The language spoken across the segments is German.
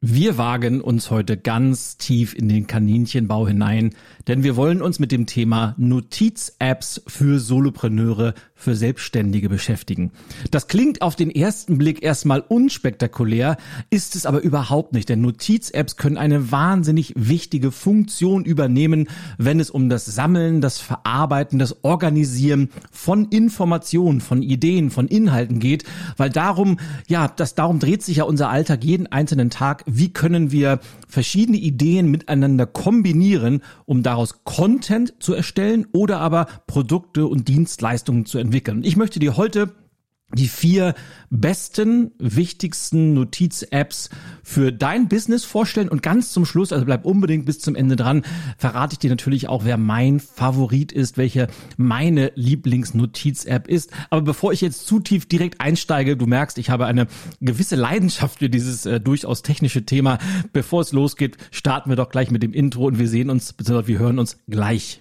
Wir wagen uns heute ganz tief in den Kaninchenbau hinein, denn wir wollen uns mit dem Thema Notiz-Apps für Solopreneure, für Selbstständige beschäftigen. Das klingt auf den ersten Blick erstmal unspektakulär, ist es aber überhaupt nicht, denn Notiz-Apps können eine wahnsinnig wichtige Funktion übernehmen, wenn es um das Sammeln, das Verarbeiten, das Organisieren von Informationen, von Ideen, von Inhalten geht, weil darum dreht sich ja unser Alltag jeden einzelnen Tag. Wie können wir verschiedene Ideen miteinander kombinieren, um daraus Content zu erstellen oder aber Produkte und Dienstleistungen zu entwickeln? Ich möchte dir heute die 4 besten, wichtigsten Notiz-Apps für dein Business vorstellen und ganz zum Schluss, also bleib unbedingt bis zum Ende dran, verrate ich dir natürlich auch, wer mein Favorit ist, welche meine Lieblingsnotiz-App ist. Aber bevor ich jetzt zu tief direkt einsteige, du merkst, ich habe eine gewisse Leidenschaft für dieses durchaus technische Thema. Bevor es losgeht, starten wir doch gleich mit dem Intro und wir hören uns gleich.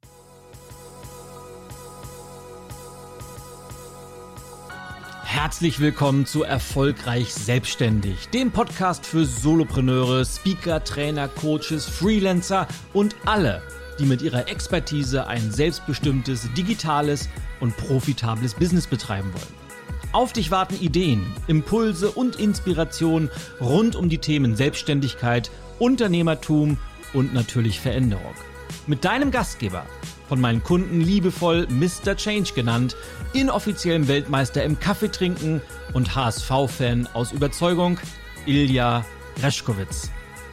Herzlich willkommen zu Erfolgreich Selbstständig, dem Podcast für Solopreneure, Speaker, Trainer, Coaches, Freelancer und alle, die mit ihrer Expertise ein selbstbestimmtes, digitales und profitables Business betreiben wollen. Auf dich warten Ideen, Impulse und Inspiration rund um die Themen Selbstständigkeit, Unternehmertum und natürlich Veränderung. Mit deinem Gastgeber, von meinen Kunden liebevoll Mr. Change genannt, inoffiziellen Weltmeister im Kaffeetrinken und HSV-Fan aus Überzeugung, Ilja Greschkowitz.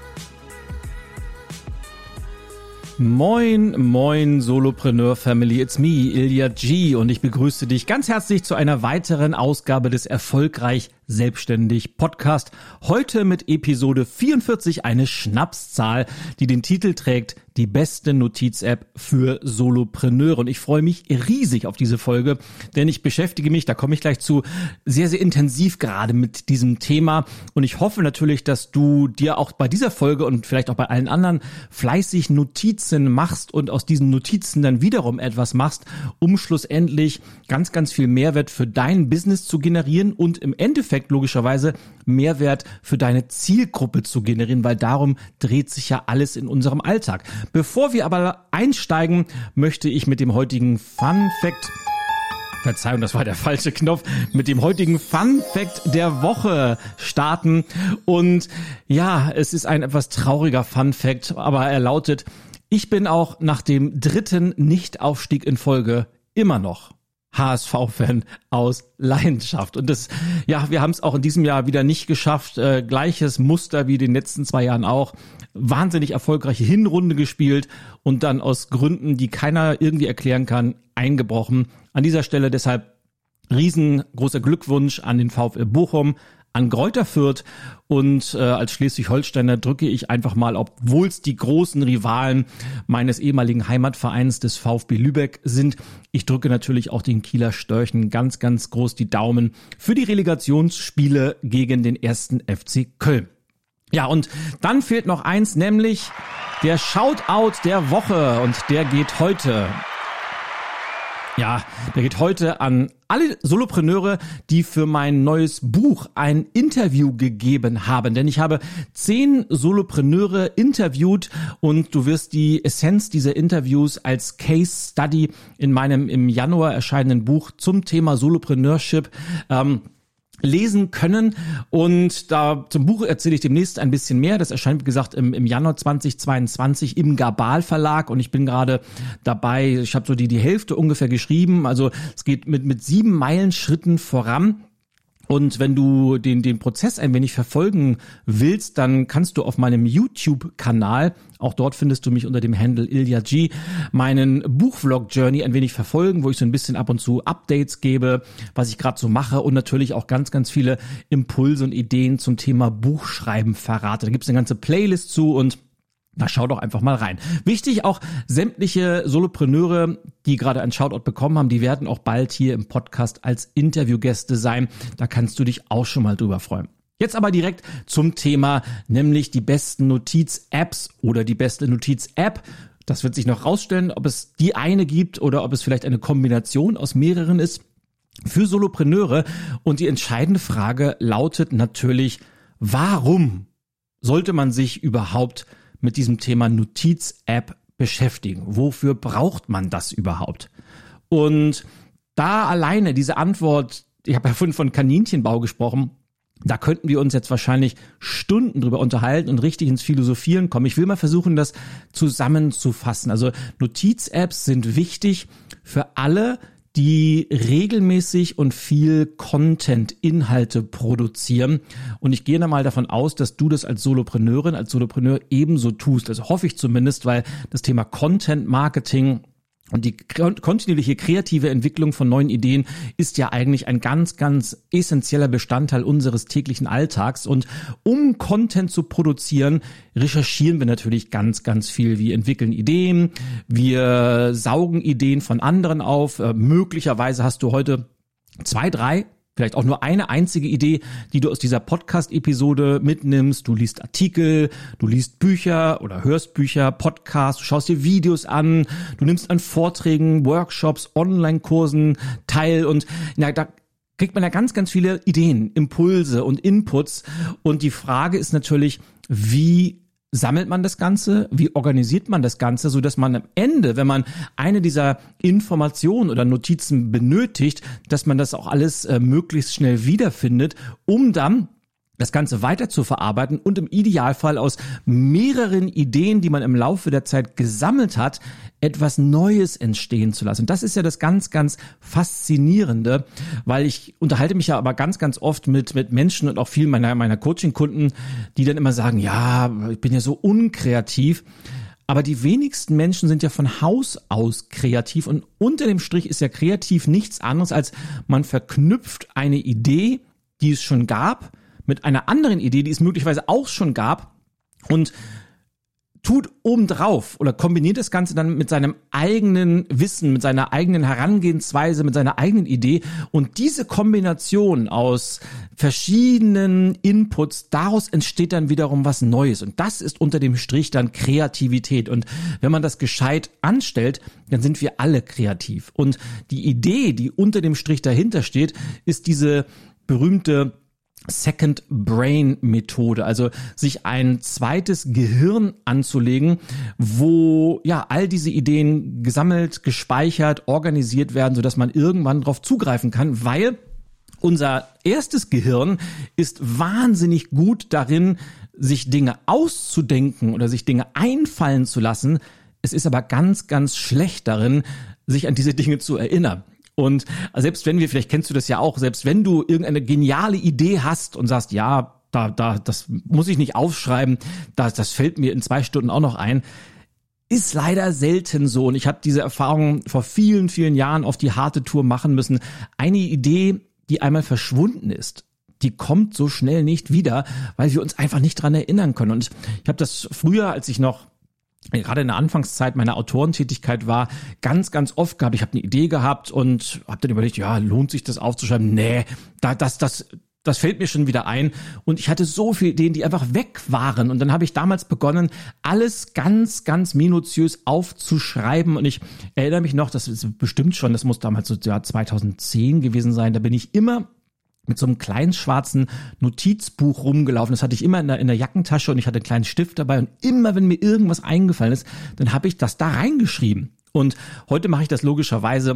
Moin Solopreneur Family, it's me, Ilja G, und ich begrüße dich ganz herzlich zu einer weiteren Ausgabe des Erfolgreich Selbstständig Podcast. Heute mit Episode 44, eine Schnapszahl, die den Titel trägt, die beste Notiz-App für Solopreneure. Und ich freue mich riesig auf diese Folge, denn ich beschäftige mich, da komme ich gleich zu, sehr, sehr intensiv gerade mit diesem Thema. Und ich hoffe natürlich, dass du dir auch bei dieser Folge und vielleicht auch bei allen anderen fleißig Notizen machst und aus diesen Notizen dann wiederum etwas machst, um schlussendlich ganz, ganz viel Mehrwert für dein Business zu generieren und im Endeffekt logischerweise Mehrwert für deine Zielgruppe zu generieren, weil darum dreht sich ja alles in unserem Alltag. Bevor wir aber einsteigen, möchte ich mit dem heutigen Fun Fact, Verzeihung, das war der falsche Knopf, mit dem heutigen Fun Fact der Woche starten. Und ja, es ist ein etwas trauriger Fun Fact, aber er lautet: Ich bin auch nach dem 3. Nichtaufstieg in Folge immer noch HSV-Fan aus Leidenschaft. Und wir haben es auch in diesem Jahr wieder nicht geschafft. Gleiches Muster wie in den letzten 2 Jahren auch. Wahnsinnig erfolgreiche Hinrunde gespielt und dann aus Gründen, die keiner irgendwie erklären kann, eingebrochen. An dieser Stelle deshalb riesengroßer Glückwunsch an den VfL Bochum, an Greuther Fürth, und als Schleswig-Holsteiner drücke ich einfach mal, obwohl es die großen Rivalen meines ehemaligen Heimatvereins des VfB Lübeck sind, ich drücke natürlich auch den Kieler Störchen ganz, ganz groß die Daumen für die Relegationsspiele gegen den 1. FC Köln. Ja, und dann fehlt noch eins, nämlich der Shoutout der Woche, und der geht heute an alle Solopreneure, die für mein neues Buch ein Interview gegeben haben. Denn ich habe 10 Solopreneure interviewt und du wirst die Essenz dieser Interviews als Case Study in meinem im Januar erscheinenden Buch zum Thema Solopreneurship lesen können. Und da zum Buch erzähle ich demnächst ein bisschen mehr. Das erscheint, wie gesagt, im Januar 2022 im Gabal Verlag, und ich bin gerade dabei, ich habe so die Hälfte ungefähr geschrieben. Also es geht mit 7 Meilenschritten voran. Und wenn du den Prozess ein wenig verfolgen willst, dann kannst du auf meinem YouTube-Kanal, auch dort findest du mich unter dem Handle Ilja G, meinen Buchvlog-Journey ein wenig verfolgen, wo ich so ein bisschen ab und zu Updates gebe, was ich gerade so mache, und natürlich auch ganz, ganz viele Impulse und Ideen zum Thema Buchschreiben verrate. Da gibt es eine ganze Playlist zu, und na, schau doch einfach mal rein. Wichtig auch, sämtliche Solopreneure, die gerade einen Shoutout bekommen haben, die werden auch bald hier im Podcast als Interviewgäste sein. Da kannst du dich auch schon mal drüber freuen. Jetzt aber direkt zum Thema, nämlich die besten Notiz-Apps oder die beste Notiz-App. Das wird sich noch rausstellen, ob es die eine gibt oder ob es vielleicht eine Kombination aus mehreren ist für Solopreneure. Und die entscheidende Frage lautet natürlich, warum sollte man sich überhaupt mit diesem Thema Notiz-App beschäftigen? Wofür braucht man das überhaupt? Und da alleine diese Antwort, ich habe ja vorhin von Kaninchenbau gesprochen, da könnten wir uns jetzt wahrscheinlich Stunden drüber unterhalten und richtig ins Philosophieren kommen. Ich will mal versuchen, das zusammenzufassen. Also Notiz-Apps sind wichtig für alle, die regelmäßig und viel Content, Inhalte produzieren. Und ich gehe da mal davon aus, dass du das als Solopreneurin, als Solopreneur ebenso tust. Also hoffe ich zumindest, weil das Thema Content Marketing und die kontinuierliche kreative Entwicklung von neuen Ideen ist ja eigentlich ein ganz, ganz essentieller Bestandteil unseres täglichen Alltags. Und um Content zu produzieren, recherchieren wir natürlich ganz, ganz viel. Wir entwickeln Ideen, wir saugen Ideen von anderen auf. Möglicherweise hast du heute 2, 3, vielleicht auch nur eine einzige Idee, die du aus dieser Podcast-Episode mitnimmst. Du liest Artikel, du liest Bücher oder hörst Bücher, Podcasts, du schaust dir Videos an, du nimmst an Vorträgen, Workshops, Online-Kursen teil und da kriegt man ja ganz, ganz viele Ideen, Impulse und Inputs. Und die Frage ist natürlich, wie sammelt man das Ganze? Wie organisiert man das Ganze, so dass man am Ende, wenn man eine dieser Informationen oder Notizen benötigt, dass man das auch alles möglichst schnell wiederfindet, um dann das Ganze weiter zu verarbeiten und im Idealfall aus mehreren Ideen, die man im Laufe der Zeit gesammelt hat, etwas Neues entstehen zu lassen. Und das ist ja das ganz, ganz Faszinierende, weil ich unterhalte mich ja aber ganz, ganz oft mit Menschen und auch vielen meiner Coaching-Kunden, die dann immer sagen, ja, ich bin ja so unkreativ. Aber die wenigsten Menschen sind ja von Haus aus kreativ und unter dem Strich ist ja kreativ nichts anderes als man verknüpft eine Idee, die es schon gab, mit einer anderen Idee, die es möglicherweise auch schon gab und tut obendrauf oder kombiniert das Ganze dann mit seinem eigenen Wissen, mit seiner eigenen Herangehensweise, mit seiner eigenen Idee und diese Kombination aus verschiedenen Inputs, daraus entsteht dann wiederum was Neues und das ist unter dem Strich dann Kreativität und wenn man das gescheit anstellt, dann sind wir alle kreativ und die Idee, die unter dem Strich dahinter steht, ist diese berühmte Second Brain Methode, also sich ein zweites Gehirn anzulegen, wo ja all diese Ideen gesammelt, gespeichert, organisiert werden, sodass man irgendwann darauf zugreifen kann, weil unser erstes Gehirn ist wahnsinnig gut darin, sich Dinge auszudenken oder sich Dinge einfallen zu lassen. Es ist aber ganz, ganz schlecht darin, sich an diese Dinge zu erinnern. Und selbst wenn vielleicht kennst du das ja auch, selbst wenn du irgendeine geniale Idee hast und sagst, ja, das muss ich nicht aufschreiben, das fällt mir in 2 Stunden auch noch ein, ist leider selten so. Und ich habe diese Erfahrung vor vielen, vielen Jahren auf die harte Tour machen müssen. Eine Idee, die einmal verschwunden ist, die kommt so schnell nicht wieder, weil wir uns einfach nicht dran erinnern können. Und ich habe das früher, als ich noch gerade in der Anfangszeit meiner Autorentätigkeit war, ganz, ganz oft gehabt. Ich habe eine Idee gehabt und habe dann überlegt, ja, lohnt sich das aufzuschreiben? Nee, das fällt mir schon wieder ein. Und ich hatte so viele Ideen, die einfach weg waren. Und dann habe ich damals begonnen, alles ganz, ganz minutiös aufzuschreiben. Und ich erinnere mich noch, das ist bestimmt schon, das muss damals so Jahr 2010 gewesen sein, da bin ich immer mit so einem kleinen schwarzen Notizbuch rumgelaufen. Das hatte ich immer in der Jackentasche und ich hatte einen kleinen Stift dabei und immer, wenn mir irgendwas eingefallen ist, dann habe ich das da reingeschrieben. Und heute mache ich das logischerweise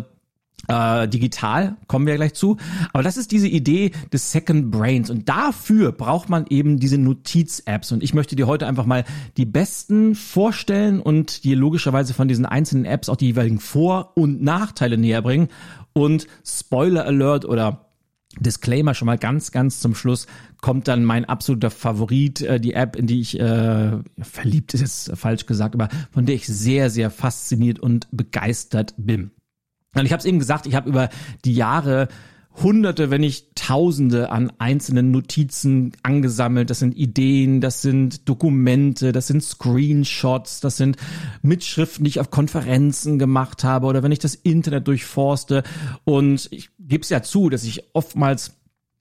digital, kommen wir gleich zu. Aber das ist diese Idee des Second Brains und dafür braucht man eben diese Notiz-Apps und ich möchte dir heute einfach mal die besten vorstellen und dir logischerweise von diesen einzelnen Apps auch die jeweiligen Vor- und Nachteile näher bringen und Spoiler Alert oder Disclaimer schon mal ganz, ganz zum Schluss kommt dann mein absoluter Favorit, die App, in die ich verliebt ist jetzt falsch gesagt, aber von der ich sehr, sehr fasziniert und begeistert bin. Und ich habe es eben gesagt, ich habe über die Jahre Hunderte, wenn nicht Tausende an einzelnen Notizen angesammelt. Das sind Ideen, das sind Dokumente, das sind Screenshots, das sind Mitschriften, die ich auf Konferenzen gemacht habe oder wenn ich das Internet durchforste. Und ich gebe es ja zu, dass ich oftmals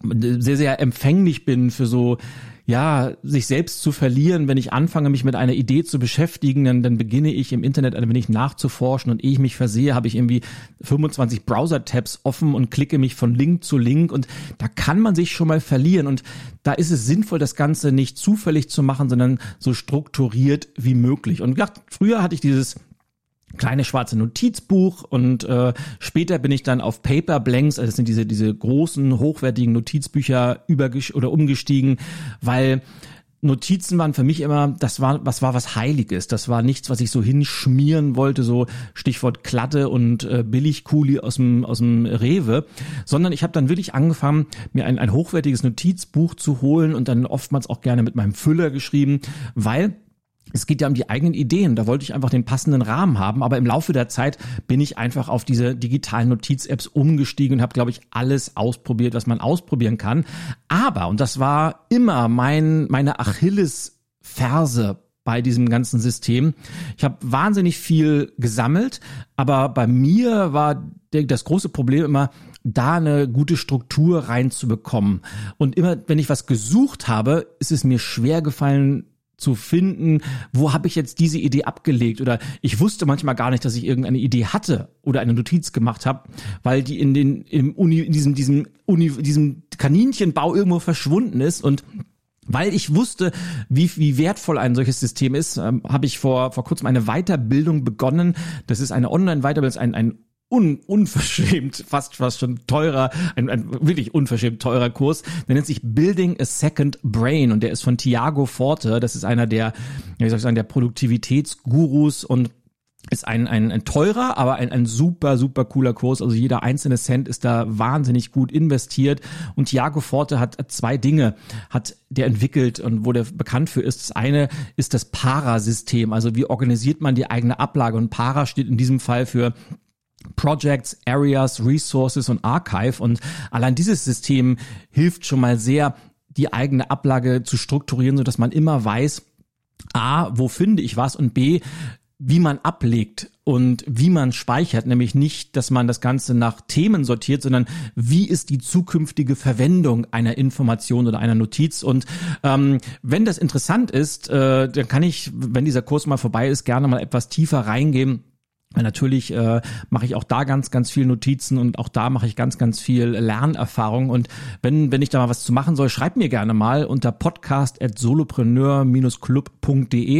sehr, sehr empfänglich bin für so, ja, sich selbst zu verlieren. Wenn ich anfange, mich mit einer Idee zu beschäftigen, dann beginne ich im Internet ein wenig nachzuforschen und ehe ich mich versehe, habe ich irgendwie 25 Browser-Tabs offen und klicke mich von Link zu Link und da kann man sich schon mal verlieren und da ist es sinnvoll, das Ganze nicht zufällig zu machen, sondern so strukturiert wie möglich. Und ja, früher hatte ich dieses kleine schwarze Notizbuch und später bin ich dann auf Paper Blanks, also das sind diese großen, hochwertigen Notizbücher umgestiegen, weil Notizen waren für mich immer, das war was Heiliges. Das war nichts, was ich so hinschmieren wollte, so Stichwort Klatte und Billigkuli aus dem Rewe, sondern ich habe dann wirklich angefangen, mir ein hochwertiges Notizbuch zu holen und dann oftmals auch gerne mit meinem Füller geschrieben, weil es geht ja um die eigenen Ideen, da wollte ich einfach den passenden Rahmen haben, aber im Laufe der Zeit bin ich einfach auf diese digitalen Notiz-Apps umgestiegen und habe, glaube ich, alles ausprobiert, was man ausprobieren kann. Aber, und das war immer meine Achillesferse bei diesem ganzen System, ich habe wahnsinnig viel gesammelt, aber bei mir war das große Problem immer, da eine gute Struktur reinzubekommen. Und immer, wenn ich was gesucht habe, ist es mir schwer gefallen, zu finden, wo habe ich jetzt diese Idee abgelegt oder ich wusste manchmal gar nicht, dass ich irgendeine Idee hatte oder eine Notiz gemacht habe, weil die in diesem Kaninchenbau irgendwo verschwunden ist und weil ich wusste, wie wertvoll ein solches System ist, habe ich vor kurzem eine Weiterbildung begonnen. Das ist eine Online-Weiterbildung, ein unverschämt, fast schon teurer, ein wirklich unverschämt teurer Kurs. Der nennt sich Building a Second Brain und der ist von Tiago Forte. Das ist einer der, der Produktivitätsgurus und ist ein teurer, aber ein super, super cooler Kurs. Also jeder einzelne Cent ist da wahnsinnig gut investiert. Und Tiago Forte hat zwei Dinge, hat der entwickelt und wo der bekannt für ist. Das eine ist das Para-System. Also wie organisiert man die eigene Ablage? Und Para steht in diesem Fall für Projects, Areas, Resources und Archive und allein dieses System hilft schon mal sehr, die eigene Ablage zu strukturieren, sodass man immer weiß, A, wo finde ich was und B, wie man ablegt und wie man speichert, nämlich nicht, dass man das Ganze nach Themen sortiert, sondern wie ist die zukünftige Verwendung einer Information oder einer Notiz und wenn das interessant ist, dann kann ich, wenn dieser Kurs mal vorbei ist, gerne mal etwas tiefer reingehen. Natürlich mache ich auch da ganz, ganz viel Notizen und auch da mache ich ganz, ganz viel Lernerfahrung und wenn ich da mal was zu machen soll, schreibt mir gerne mal unter podcast@solopreneur-club.de.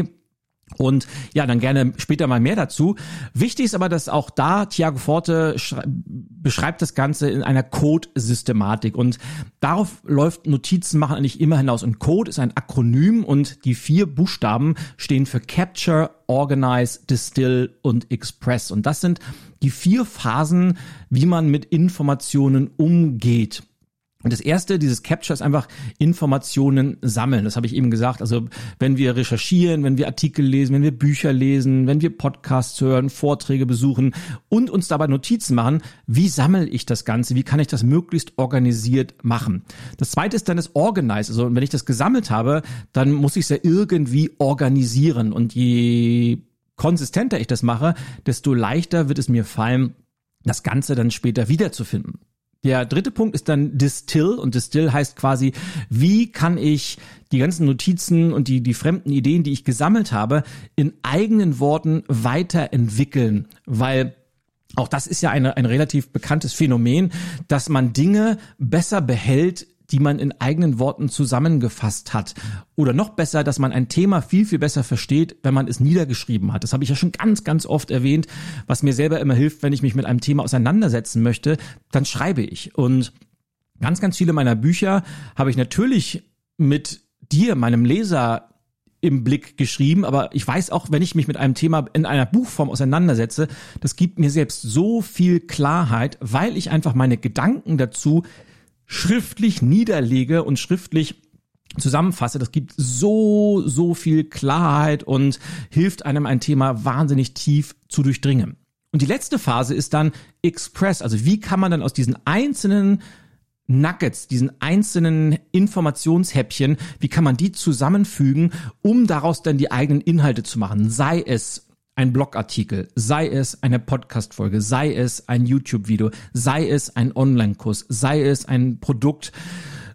Und ja, dann gerne später mal mehr dazu. Wichtig ist aber, dass auch da Tiago Forte beschreibt das Ganze in einer Code-Systematik und darauf läuft Notizen machen eigentlich immer hinaus. Und Code ist ein Akronym und die 4 Buchstaben stehen für Capture, Organize, Distill und Express. Und das sind die 4 Phasen, wie man mit Informationen umgeht. Und das erste, dieses Capture, ist einfach Informationen sammeln. Das habe ich eben gesagt. Also wenn wir recherchieren, wenn wir Artikel lesen, wenn wir Bücher lesen, wenn wir Podcasts hören, Vorträge besuchen und uns dabei Notizen machen, wie sammle ich das Ganze? Wie kann ich das möglichst organisiert machen? Das zweite ist dann das Organize. Also wenn ich das gesammelt habe, dann muss ich es ja irgendwie organisieren. Und je konsistenter ich das mache, desto leichter wird es mir fallen, das Ganze dann später wiederzufinden. Der dritte Punkt ist dann Distill und Distill heißt quasi, wie kann ich die ganzen Notizen und die fremden Ideen, die ich gesammelt habe, in eigenen Worten weiterentwickeln, weil auch das ist ja ein relativ bekanntes Phänomen, dass man Dinge besser behält, die man in eigenen Worten zusammengefasst hat. Oder noch besser, dass man ein Thema viel, viel besser versteht, wenn man es niedergeschrieben hat. Das habe ich ja schon ganz, ganz oft erwähnt, was mir selber immer hilft, wenn ich mich mit einem Thema auseinandersetzen möchte, dann schreibe ich. Und ganz, ganz viele meiner Bücher habe ich natürlich mit dir, meinem Leser, im Blick geschrieben, aber ich weiß auch, wenn ich mich mit einem Thema in einer Buchform auseinandersetze, das gibt mir selbst so viel Klarheit, weil ich einfach meine Gedanken dazu schriftlich niederlege und schriftlich zusammenfasse. Das gibt so viel Klarheit und hilft einem, ein Thema wahnsinnig tief zu durchdringen. Und die letzte Phase ist dann Express. Also wie kann man dann aus diesen einzelnen Nuggets, diesen einzelnen Informationshäppchen, wie kann man die zusammenfügen, um daraus dann die eigenen Inhalte zu machen? Sei es ein Blogartikel, sei es eine Podcast-Folge, sei es ein YouTube-Video, sei es ein Online-Kurs, sei es ein Produkt,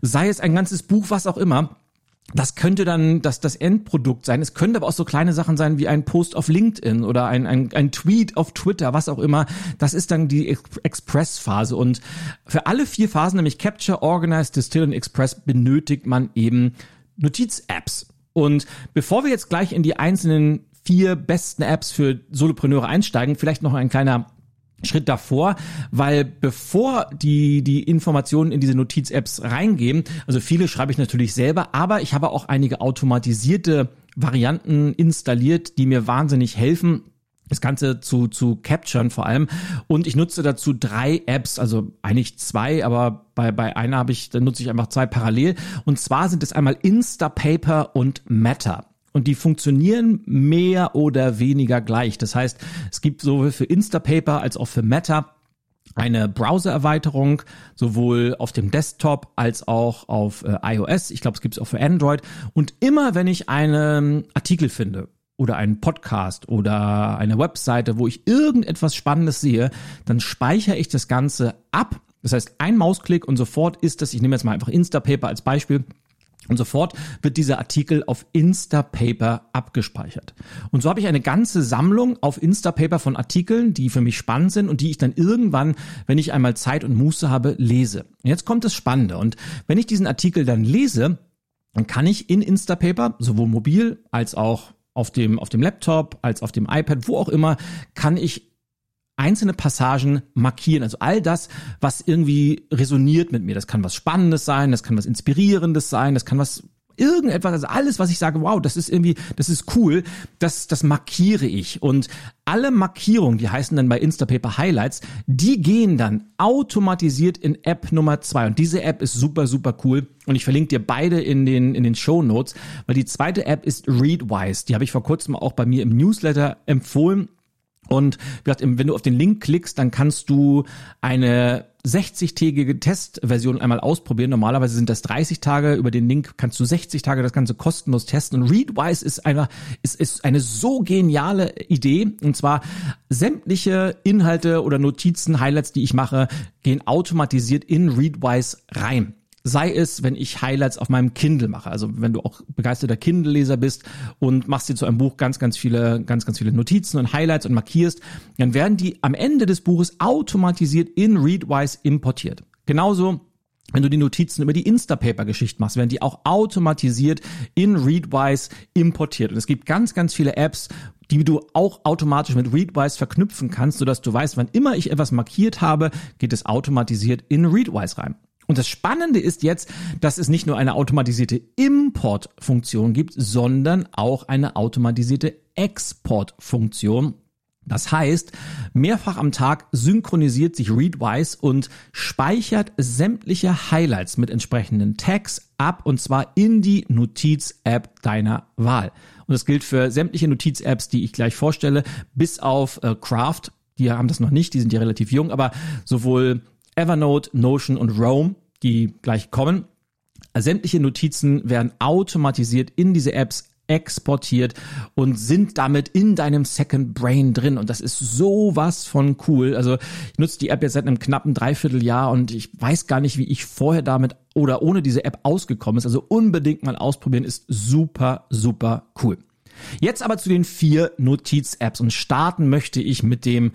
sei es ein ganzes Buch, was auch immer. Das könnte dann das Endprodukt sein. Es könnte aber auch so kleine Sachen sein wie ein Post auf LinkedIn oder ein Tweet auf Twitter, was auch immer. Das ist dann die Express-Phase. Und für alle 4 Phasen, nämlich Capture, Organize, Distill und Express, benötigt man eben Notiz-Apps. Und bevor wir jetzt gleich in die einzelnen 4 besten Apps für Solopreneure einsteigen, vielleicht noch ein kleiner Schritt davor, weil bevor die Informationen in diese Notiz-Apps reingehen, also viele schreibe ich natürlich selber, aber ich habe auch einige automatisierte Varianten installiert, die mir wahnsinnig helfen, das Ganze zu capturen vor allem. Und ich nutze dazu 3 Apps, also eigentlich 2, aber bei einer nutze ich einfach 2 parallel. Und zwar sind es einmal Instapaper und Matter. Und die funktionieren mehr oder weniger gleich. Das heißt, es gibt sowohl für Instapaper als auch für Matter eine Browser-Erweiterung, sowohl auf dem Desktop als auch auf iOS. Ich glaube, es gibt es auch für Android. Und immer, wenn ich einen Artikel finde oder einen Podcast oder eine Webseite, wo ich irgendetwas Spannendes sehe, dann speichere ich das Ganze ab. Das heißt, ein Mausklick und sofort ist das, ich nehme jetzt mal einfach Instapaper als Beispiel, und sofort wird dieser Artikel auf Instapaper abgespeichert. Und so habe ich eine ganze Sammlung auf Instapaper von Artikeln, die für mich spannend sind und die ich dann irgendwann, wenn ich einmal Zeit und Muße habe, lese. Und jetzt kommt das Spannende. Und wenn ich diesen Artikel dann lese, dann kann ich in Instapaper, sowohl mobil als auch auf dem Laptop, als auf dem iPad, wo auch immer, kann ich einzelne Passagen markieren, also all das, was irgendwie resoniert mit mir. Das kann was Spannendes sein, das kann was Inspirierendes sein, das kann was irgendetwas, also alles, was ich sage, wow, das ist cool, das markiere ich. Und alle Markierungen, die heißen dann bei Instapaper Highlights, die gehen dann automatisiert in App Nummer 2. Und diese App ist super, super cool. Und ich verlinke dir beide in den Shownotes, weil die zweite App ist Readwise. Die habe ich vor kurzem auch bei mir im Newsletter empfohlen. Und wenn du auf den Link klickst, dann kannst du eine 60-tägige Testversion einmal ausprobieren. Normalerweise sind das 30 Tage. Über den Link kannst du 60 Tage das Ganze kostenlos testen. Und Readwise ist eine so geniale Idee. Und zwar sämtliche Inhalte oder Notizen, Highlights, die ich mache, gehen automatisiert in Readwise rein. Sei es, wenn ich Highlights auf meinem Kindle mache, also wenn du auch begeisterter Kindle-Leser bist und machst dir zu einem Buch ganz viele Notizen und Highlights und markierst, dann werden die am Ende des Buches automatisiert in Readwise importiert. Genauso, wenn du die Notizen über die Instapaper-Geschichte machst, werden die auch automatisiert in Readwise importiert. Und es gibt ganz viele Apps, die du auch automatisch mit Readwise verknüpfen kannst, sodass du weißt, wann immer ich etwas markiert habe, geht es automatisiert in Readwise rein. Und das Spannende ist jetzt, dass es nicht nur eine automatisierte Importfunktion gibt, sondern auch eine automatisierte Exportfunktion. Das heißt, mehrfach am Tag synchronisiert sich Readwise und speichert sämtliche Highlights mit entsprechenden Tags ab, und zwar in die Notiz-App deiner Wahl. Und das gilt für sämtliche Notiz-Apps, die ich gleich vorstelle, bis auf Craft. Die haben das noch nicht, die sind ja relativ jung, aber sowohl Evernote, Notion und Roam, die gleich kommen. Sämtliche Notizen werden automatisiert in diese Apps exportiert und sind damit in deinem Second Brain drin. Und das ist sowas von cool. Also ich nutze die App jetzt seit einem knappen Dreivierteljahr und ich weiß gar nicht, wie ich vorher damit oder ohne diese App ausgekommen ist. Also unbedingt mal ausprobieren, ist super, super cool. Jetzt aber zu den 4 Notiz-Apps und starten möchte ich mit dem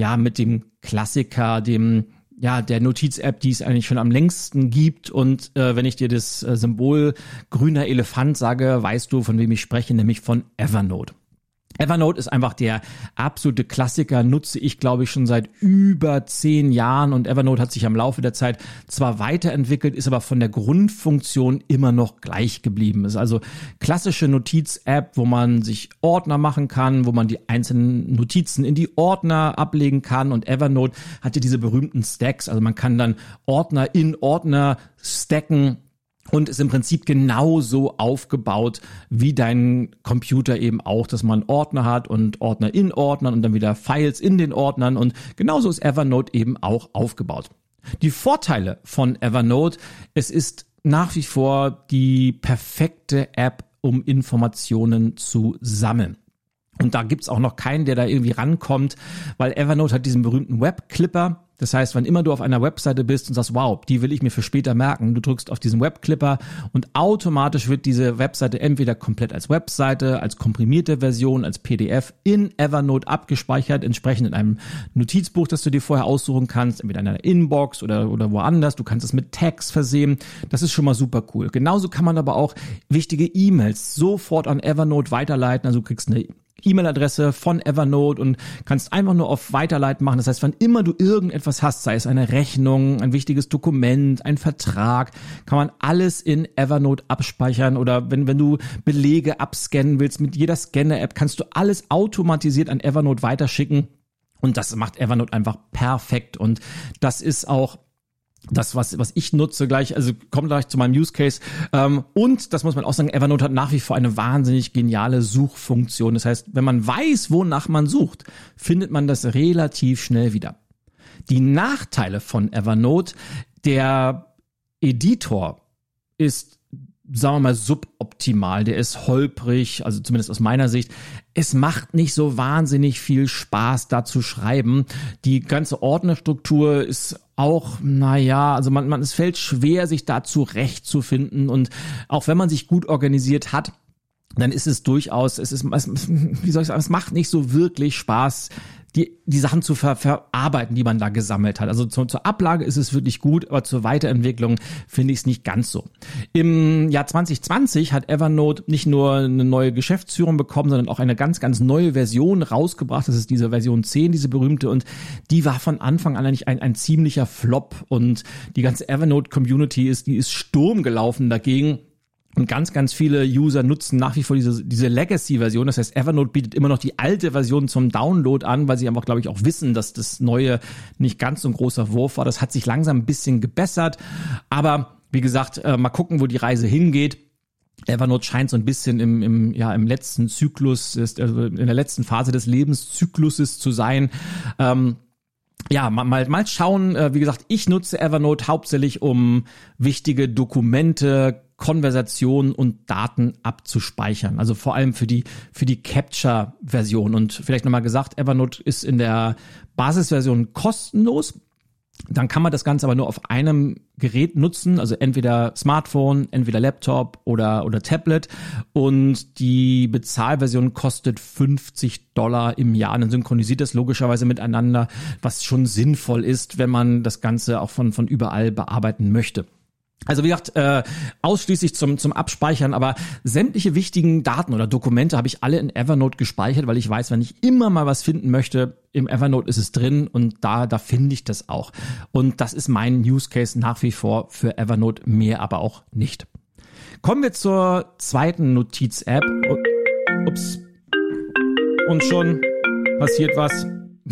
Klassiker, der Notiz-App, die es eigentlich schon am längsten gibt. Und wenn ich dir das Symbol grüner Elefant sage, weißt du, von wem ich spreche, nämlich von Evernote. Evernote ist einfach der absolute Klassiker, nutze ich, glaube ich, schon seit über 10 Jahren, und Evernote hat sich im Laufe der Zeit zwar weiterentwickelt, ist aber von der Grundfunktion immer noch gleich geblieben. Ist also klassische Notiz-App, wo man sich Ordner machen kann, wo man die einzelnen Notizen in die Ordner ablegen kann, und Evernote hat ja diese berühmten Stacks, also man kann dann Ordner in Ordner stacken und ist im Prinzip genauso aufgebaut wie dein Computer eben auch, dass man Ordner hat und Ordner in Ordnern und dann wieder Files in den Ordnern, und genauso ist Evernote eben auch aufgebaut. Die Vorteile von Evernote: es ist nach wie vor die perfekte App, um Informationen zu sammeln. Und da gibt's auch noch keinen, der da irgendwie rankommt, weil Evernote hat diesen berühmten Web-Clipper. Das heißt, wann immer du auf einer Webseite bist und sagst, wow, die will ich mir für später merken, du drückst auf diesen Webclipper und automatisch wird diese Webseite entweder komplett als Webseite, als komprimierte Version, als PDF in Evernote abgespeichert, entsprechend in einem Notizbuch, das du dir vorher aussuchen kannst, entweder in einer Inbox oder woanders. Du kannst es mit Tags versehen. Das ist schon mal super cool. Genauso kann man aber auch wichtige E-Mails sofort an Evernote weiterleiten. Also du kriegst eine E-Mail-Adresse von Evernote und kannst einfach nur auf Weiterleiten machen. Das heißt, wann immer du irgendetwas hast, sei es eine Rechnung, ein wichtiges Dokument, ein Vertrag, kann man alles in Evernote abspeichern. Oder wenn du Belege abscannen willst, mit jeder Scanner-App kannst du alles automatisiert an Evernote weiterschicken. Und das macht Evernote einfach perfekt. Und das ist auch das, was ich nutze gleich, also kommt gleich zu meinem Use Case. Und das muss man auch sagen, Evernote hat nach wie vor eine wahnsinnig geniale Suchfunktion. Das heißt, wenn man weiß, wonach man sucht, findet man das relativ schnell wieder. Die Nachteile von Evernote, der Editor ist, sagen wir mal, suboptimal. Der ist holprig, also zumindest aus meiner Sicht. Es macht nicht so wahnsinnig viel Spaß, da zu schreiben. Die ganze Ordnerstruktur ist auch, also es fällt schwer, sich da zurechtzufinden. Und auch wenn man sich gut organisiert hat, dann ist es durchaus, es macht nicht so wirklich Spaß, die Sachen zu verarbeiten, die man da gesammelt hat. Also zur Ablage ist es wirklich gut, aber zur Weiterentwicklung finde ich es nicht ganz so. Im Jahr 2020 hat Evernote nicht nur eine neue Geschäftsführung bekommen, sondern auch eine ganz, ganz neue Version rausgebracht. Das ist diese Version 10, diese berühmte, und die war von Anfang an eigentlich ein ziemlicher Flop, und die ganze Evernote-Community ist Sturm gelaufen dagegen. Und ganz, ganz viele User nutzen nach wie vor diese Legacy-Version. Das heißt, Evernote bietet immer noch die alte Version zum Download an, weil sie einfach, glaube ich, auch wissen, dass das Neue nicht ganz so ein großer Wurf war. Das hat sich langsam ein bisschen gebessert. Aber wie gesagt, mal gucken, wo die Reise hingeht. Evernote scheint so ein bisschen im letzten Zyklus, also in der letzten Phase des Lebenszykluses zu sein. Mal schauen. Wie gesagt, ich nutze Evernote hauptsächlich, um wichtige Dokumente, Konversationen und Daten abzuspeichern. Also vor allem für die Capture-Version. Und vielleicht nochmal gesagt, Evernote ist in der Basisversion kostenlos. Dann kann man das Ganze aber nur auf einem Gerät nutzen, also entweder Smartphone, entweder Laptop oder Tablet. Und die Bezahlversion kostet $50 im Jahr. Und dann synchronisiert das logischerweise miteinander, was schon sinnvoll ist, wenn man das Ganze auch von überall bearbeiten möchte. Also wie gesagt, ausschließlich zum Abspeichern, aber sämtliche wichtigen Daten oder Dokumente habe ich alle in Evernote gespeichert, weil ich weiß, wenn ich immer mal was finden möchte, im Evernote ist es drin, und da finde ich das auch. Und das ist mein Use Case nach wie vor für Evernote, mehr aber auch nicht. Kommen wir zur zweiten Notiz-App. Ups. Und schon passiert was.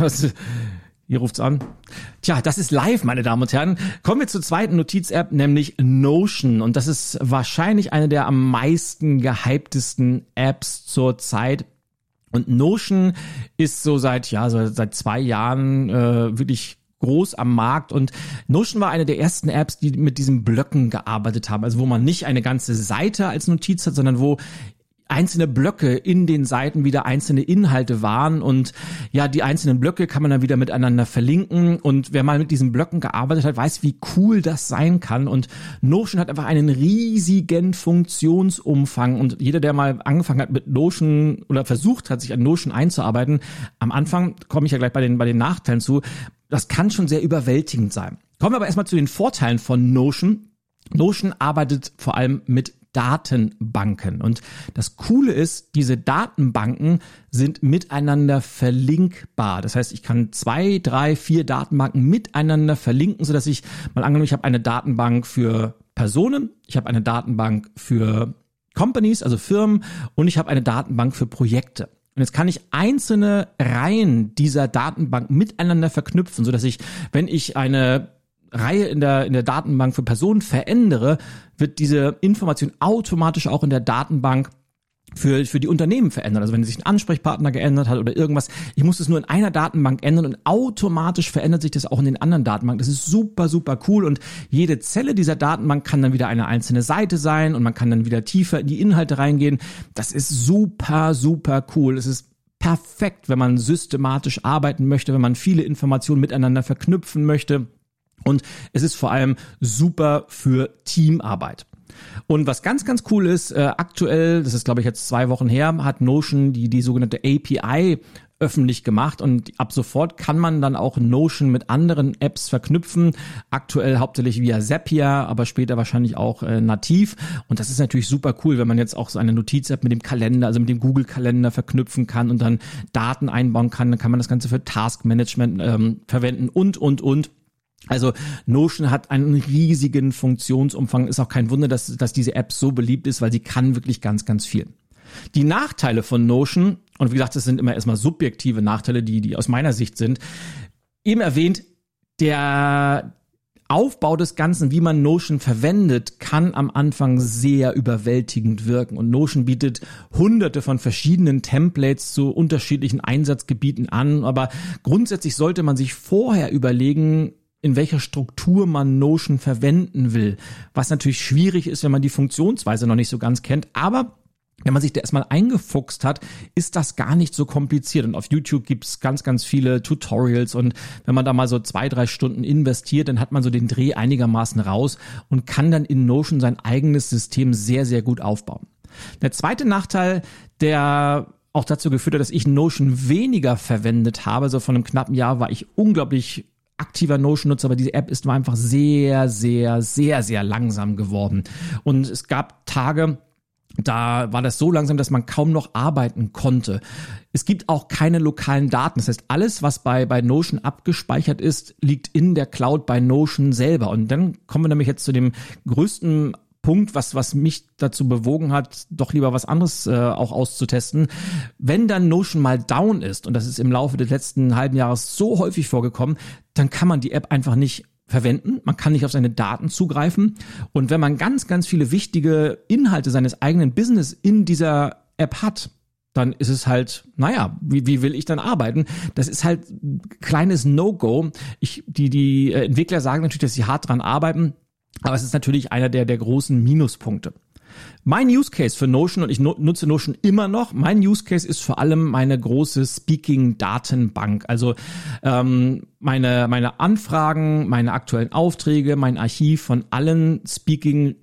Hier ruft's an. Tja, das ist live, meine Damen und Herren. Kommen wir zur zweiten Notiz-App, nämlich Notion. Und das ist wahrscheinlich eine der am meisten gehyptesten Apps zur Zeit. Und Notion ist so seit 2 Jahren wirklich groß am Markt. Und Notion war eine der ersten Apps, die mit diesen Blöcken gearbeitet haben. Also wo man nicht eine ganze Seite als Notiz hat, sondern wo einzelne Blöcke in den Seiten wieder einzelne Inhalte waren, und ja, die einzelnen Blöcke kann man dann wieder miteinander verlinken, und wer mal mit diesen Blöcken gearbeitet hat, weiß, wie cool das sein kann. Und Notion hat einfach einen riesigen Funktionsumfang, und jeder, der mal angefangen hat mit Notion oder versucht hat, sich an Notion einzuarbeiten, am Anfang, komme ich ja gleich bei den Nachteilen zu, das kann schon sehr überwältigend sein. Kommen wir aber erstmal zu den Vorteilen von Notion. Notion arbeitet vor allem mit Datenbanken. Und das Coole ist, diese Datenbanken sind miteinander verlinkbar. Das heißt, ich kann 2, 3, 4 Datenbanken miteinander verlinken, sodass ich, mal angenommen, ich habe eine Datenbank für Personen, ich habe eine Datenbank für Companies, also Firmen, und ich habe eine Datenbank für Projekte. Und jetzt kann ich einzelne Reihen dieser Datenbank miteinander verknüpfen, sodass ich, wenn ich eine Reihe in der Datenbank für Personen verändere, wird diese Information automatisch auch in der Datenbank für die Unternehmen verändert. Also wenn sich ein Ansprechpartner geändert hat oder irgendwas, ich muss es nur in einer Datenbank ändern, und automatisch verändert sich das auch in den anderen Datenbanken. Das ist super, super cool, und jede Zelle dieser Datenbank kann dann wieder eine einzelne Seite sein, und man kann dann wieder tiefer in die Inhalte reingehen. Das ist super, super cool. Es ist perfekt, wenn man systematisch arbeiten möchte, wenn man viele Informationen miteinander verknüpfen möchte. Und es ist vor allem super für Teamarbeit. Und was ganz, ganz cool ist, aktuell, das ist glaube ich jetzt 2 Wochen her, hat Notion die sogenannte API öffentlich gemacht und ab sofort kann man dann auch Notion mit anderen Apps verknüpfen. Aktuell hauptsächlich via Zapier, aber später wahrscheinlich auch nativ. Und das ist natürlich super cool, wenn man jetzt auch so eine Notiz-App mit dem Kalender, also mit dem Google-Kalender verknüpfen kann und dann Daten einbauen kann. Dann kann man das Ganze für Task-Management verwenden und. Also Notion hat einen riesigen Funktionsumfang. Ist auch kein Wunder, dass diese App so beliebt ist, weil sie kann wirklich ganz, ganz viel. Die Nachteile von Notion, und wie gesagt, das sind immer erstmal subjektive Nachteile, die aus meiner Sicht sind, eben erwähnt, der Aufbau des Ganzen, wie man Notion verwendet, kann am Anfang sehr überwältigend wirken. Und Notion bietet hunderte von verschiedenen Templates zu unterschiedlichen Einsatzgebieten an. Aber grundsätzlich sollte man sich vorher überlegen, in welcher Struktur man Notion verwenden will. Was natürlich schwierig ist, wenn man die Funktionsweise noch nicht so ganz kennt. Aber wenn man sich da erstmal eingefuchst hat, ist das gar nicht so kompliziert. Und auf YouTube gibt's ganz, ganz viele Tutorials. Und wenn man da mal so 2-3 Stunden investiert, dann hat man so den Dreh einigermaßen raus und kann dann in Notion sein eigenes System sehr, sehr gut aufbauen. Der zweite Nachteil, der auch dazu geführt hat, dass ich Notion weniger verwendet habe, so von einem knappen Jahr war ich unglaublich aktiver Notion-Nutzer, aber diese App ist nur einfach sehr, sehr, sehr, sehr langsam geworden. Und es gab Tage, da war das so langsam, dass man kaum noch arbeiten konnte. Es gibt auch keine lokalen Daten. Das heißt, alles, was bei Notion abgespeichert ist, liegt in der Cloud bei Notion selber. Und dann kommen wir nämlich jetzt zu dem größten Punkt, was mich dazu bewogen hat, doch lieber was anderes auch auszutesten. Wenn dann Notion mal down ist, und das ist im Laufe des letzten halben Jahres so häufig vorgekommen, dann kann man die App einfach nicht verwenden, man kann nicht auf seine Daten zugreifen und wenn man ganz, ganz viele wichtige Inhalte seines eigenen Business in dieser App hat, dann ist es halt, wie will ich dann arbeiten? Das ist halt ein kleines No-Go. Die Entwickler sagen natürlich, dass sie hart dran arbeiten, aber es ist natürlich einer der großen Minuspunkte. Mein Use Case für Notion, und ich nutze Notion immer noch, mein Use Case ist vor allem meine große Speaking-Datenbank. Also meine Anfragen, meine aktuellen Aufträge, mein Archiv von allen Speaking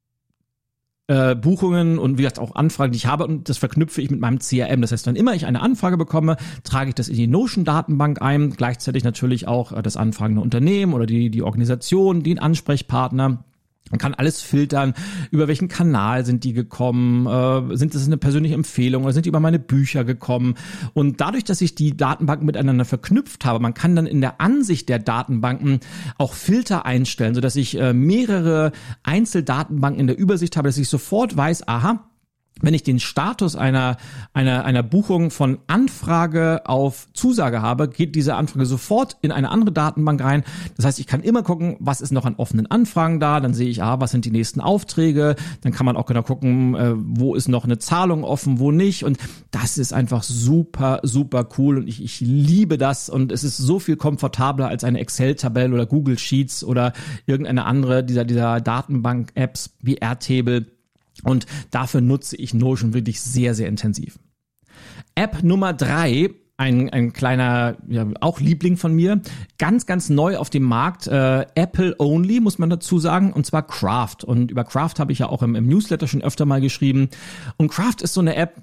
Buchungen und wie gesagt auch Anfragen, die ich habe, und das verknüpfe ich mit meinem CRM. Das heißt, wann immer ich eine Anfrage bekomme, trage ich das in die Notion-Datenbank ein, gleichzeitig natürlich auch das anfragende Unternehmen oder die Organisation, den Ansprechpartner. Man kann alles filtern, über welchen Kanal sind die gekommen, sind das eine persönliche Empfehlung oder sind die über meine Bücher gekommen. Und dadurch, dass ich die Datenbanken miteinander verknüpft habe, man kann dann in der Ansicht der Datenbanken auch Filter einstellen, sodass ich mehrere Einzeldatenbanken in der Übersicht habe, dass ich sofort weiß, aha, wenn ich den Status einer Buchung von Anfrage auf Zusage habe, geht diese Anfrage sofort in eine andere Datenbank rein. Das heißt, ich kann immer gucken, was ist noch an offenen Anfragen da. Dann sehe ich, was sind die nächsten Aufträge. Dann kann man auch genau gucken, wo ist noch eine Zahlung offen, wo nicht. Und das ist einfach super, super cool. Und ich liebe das. Und es ist so viel komfortabler als eine Excel-Tabelle oder Google Sheets oder irgendeine andere dieser Datenbank-Apps wie Airtable. Und dafür nutze ich Notion wirklich sehr, sehr intensiv. App Nummer 3, ein kleiner, auch Liebling von mir, ganz, ganz neu auf dem Markt, Apple only, muss man dazu sagen, und zwar Craft. Und über Craft habe ich ja auch im Newsletter schon öfter mal geschrieben. Und Craft ist so eine App,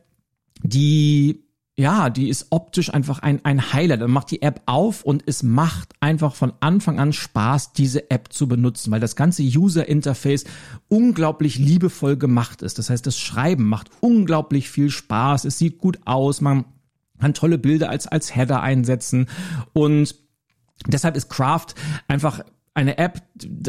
die ist optisch einfach ein Highlight. Man macht die App auf und es macht einfach von Anfang an Spaß, diese App zu benutzen, weil das ganze User-Interface unglaublich liebevoll gemacht ist. Das heißt, das Schreiben macht unglaublich viel Spaß. Es sieht gut aus. Man kann tolle Bilder als Header einsetzen. Und deshalb ist Craft einfach eine App,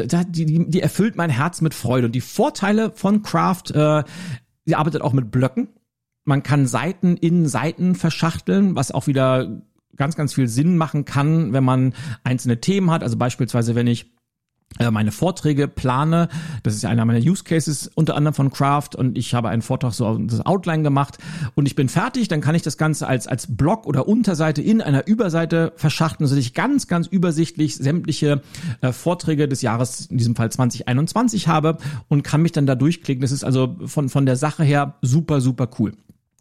die erfüllt mein Herz mit Freude. Und die Vorteile von Craft, sie arbeitet auch mit Blöcken. Man kann Seiten in Seiten verschachteln, was auch wieder ganz, ganz viel Sinn machen kann, wenn man einzelne Themen hat. Also beispielsweise, wenn ich meine Vorträge plane, das ist ja einer meiner Use Cases, unter anderem von Craft, und ich habe einen Vortrag so auf das Outline gemacht und ich bin fertig, dann kann ich das Ganze als Block oder Unterseite in einer Überseite verschachteln, sodass ich ganz, ganz übersichtlich sämtliche Vorträge des Jahres, in diesem Fall 2021 habe, und kann mich dann da durchklicken. Das ist also von der Sache her super, super cool.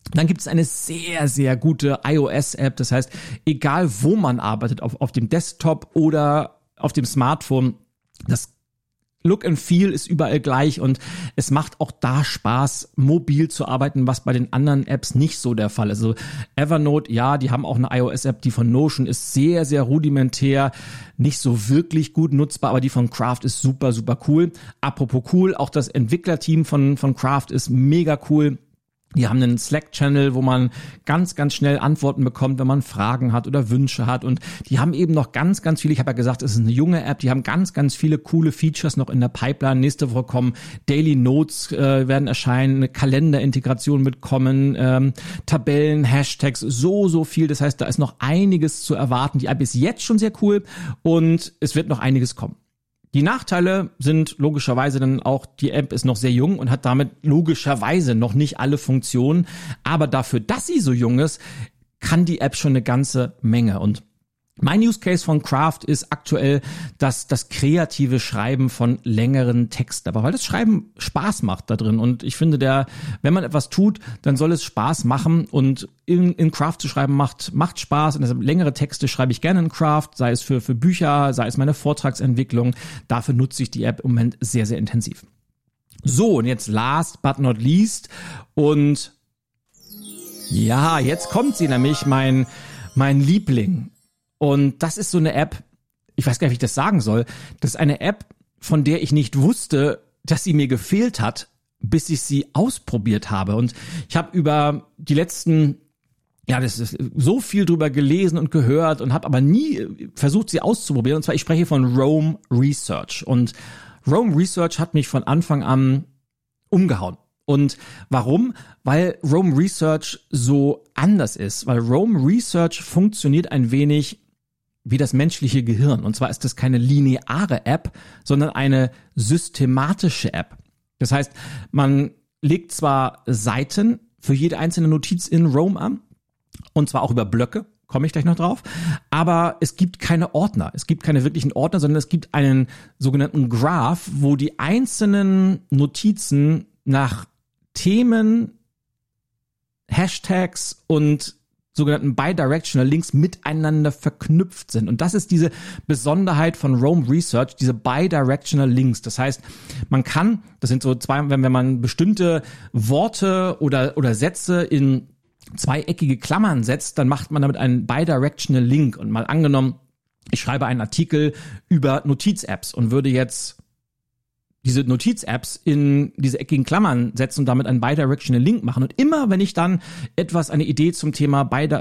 Dann gibt es eine sehr, sehr gute iOS-App. Das heißt, egal wo man arbeitet, auf dem Desktop oder auf dem Smartphone, das Look and Feel ist überall gleich und es macht auch da Spaß, mobil zu arbeiten, was bei den anderen Apps nicht so der Fall ist. Also Evernote, ja, die haben auch eine iOS-App, die von Notion ist sehr, sehr rudimentär, nicht so wirklich gut nutzbar, aber die von Craft ist super, super cool. Apropos cool, auch das Entwicklerteam von Craft ist mega cool. Die haben einen Slack-Channel, wo man ganz, ganz schnell Antworten bekommt, wenn man Fragen hat oder Wünsche hat. Und die haben eben noch ganz, ganz viele, ich habe ja gesagt, es ist eine junge App, die haben ganz, ganz viele coole Features noch in der Pipeline. Nächste Woche kommen Daily Notes werden erscheinen, eine Kalenderintegration mitkommen, Tabellen, Hashtags, so viel. Das heißt, da ist noch einiges zu erwarten. Die App ist jetzt schon sehr cool und es wird noch einiges kommen. Die Nachteile sind logischerweise dann auch, die App ist noch sehr jung und hat damit logischerweise noch nicht alle Funktionen, aber dafür, dass sie so jung ist, kann die App schon eine ganze Menge. Und mein Use Case von Craft ist aktuell das kreative Schreiben von längeren Texten, aber weil das Schreiben Spaß macht da drin und ich finde, wenn man etwas tut, dann soll es Spaß machen und in Craft zu schreiben macht Spaß und deshalb längere Texte schreibe ich gerne in Craft, sei es für Bücher, sei es meine Vortragsentwicklung, dafür nutze ich die App im Moment sehr, sehr intensiv. So, und jetzt last but not least und ja, jetzt kommt sie nämlich, mein Liebling. Und das ist so eine App, ich weiß gar nicht, wie ich das sagen soll, das ist eine App, von der ich nicht wusste, dass sie mir gefehlt hat, bis ich sie ausprobiert habe. Und ich habe über die letzten, das ist so viel drüber gelesen und gehört und habe aber nie versucht, sie auszuprobieren. Und zwar, ich spreche von Roam Research. Und Roam Research hat mich von Anfang an umgehauen. Und warum? Weil Roam Research so anders ist. Weil Roam Research funktioniert ein wenig wie das menschliche Gehirn. Und zwar ist das keine lineare App, sondern eine systematische App. Das heißt, man legt zwar Seiten für jede einzelne Notiz in Roam an, und zwar auch über Blöcke, komme ich gleich noch drauf, aber es gibt keine Ordner, es gibt keine wirklichen Ordner, sondern es gibt einen sogenannten Graph, wo die einzelnen Notizen nach Themen, Hashtags und sogenannten Bidirectional Links miteinander verknüpft sind. Und das ist diese Besonderheit von Roam Research, diese Bidirectional Links. Das heißt, man kann, das sind so zwei, wenn man bestimmte Worte oder Sätze in zweieckige Klammern setzt, dann macht man damit einen Bidirectional Link. Und mal angenommen, ich schreibe einen Artikel über Notiz-Apps und würde jetzt diese Notiz-Apps in diese eckigen Klammern setzen und damit einen Bidirectional Link machen. Und immer, wenn ich dann eine Idee zum Thema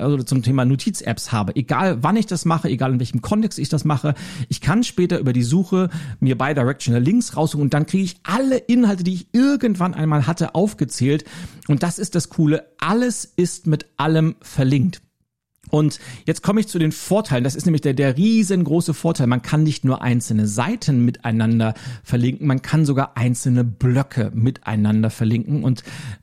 Notiz-Apps habe, egal wann ich das mache, egal in welchem Kontext ich das mache, ich kann später über die Suche mir Bidirectional Links raussuchen und dann kriege ich alle Inhalte, die ich irgendwann einmal hatte, aufgezählt. Und das ist das Coole. Alles ist mit allem verlinkt. Und jetzt komme ich zu den Vorteilen. Das ist nämlich der riesengroße Vorteil. Man kann nicht nur einzelne Seiten miteinander verlinken, man kann sogar einzelne Blöcke miteinander verlinken. Und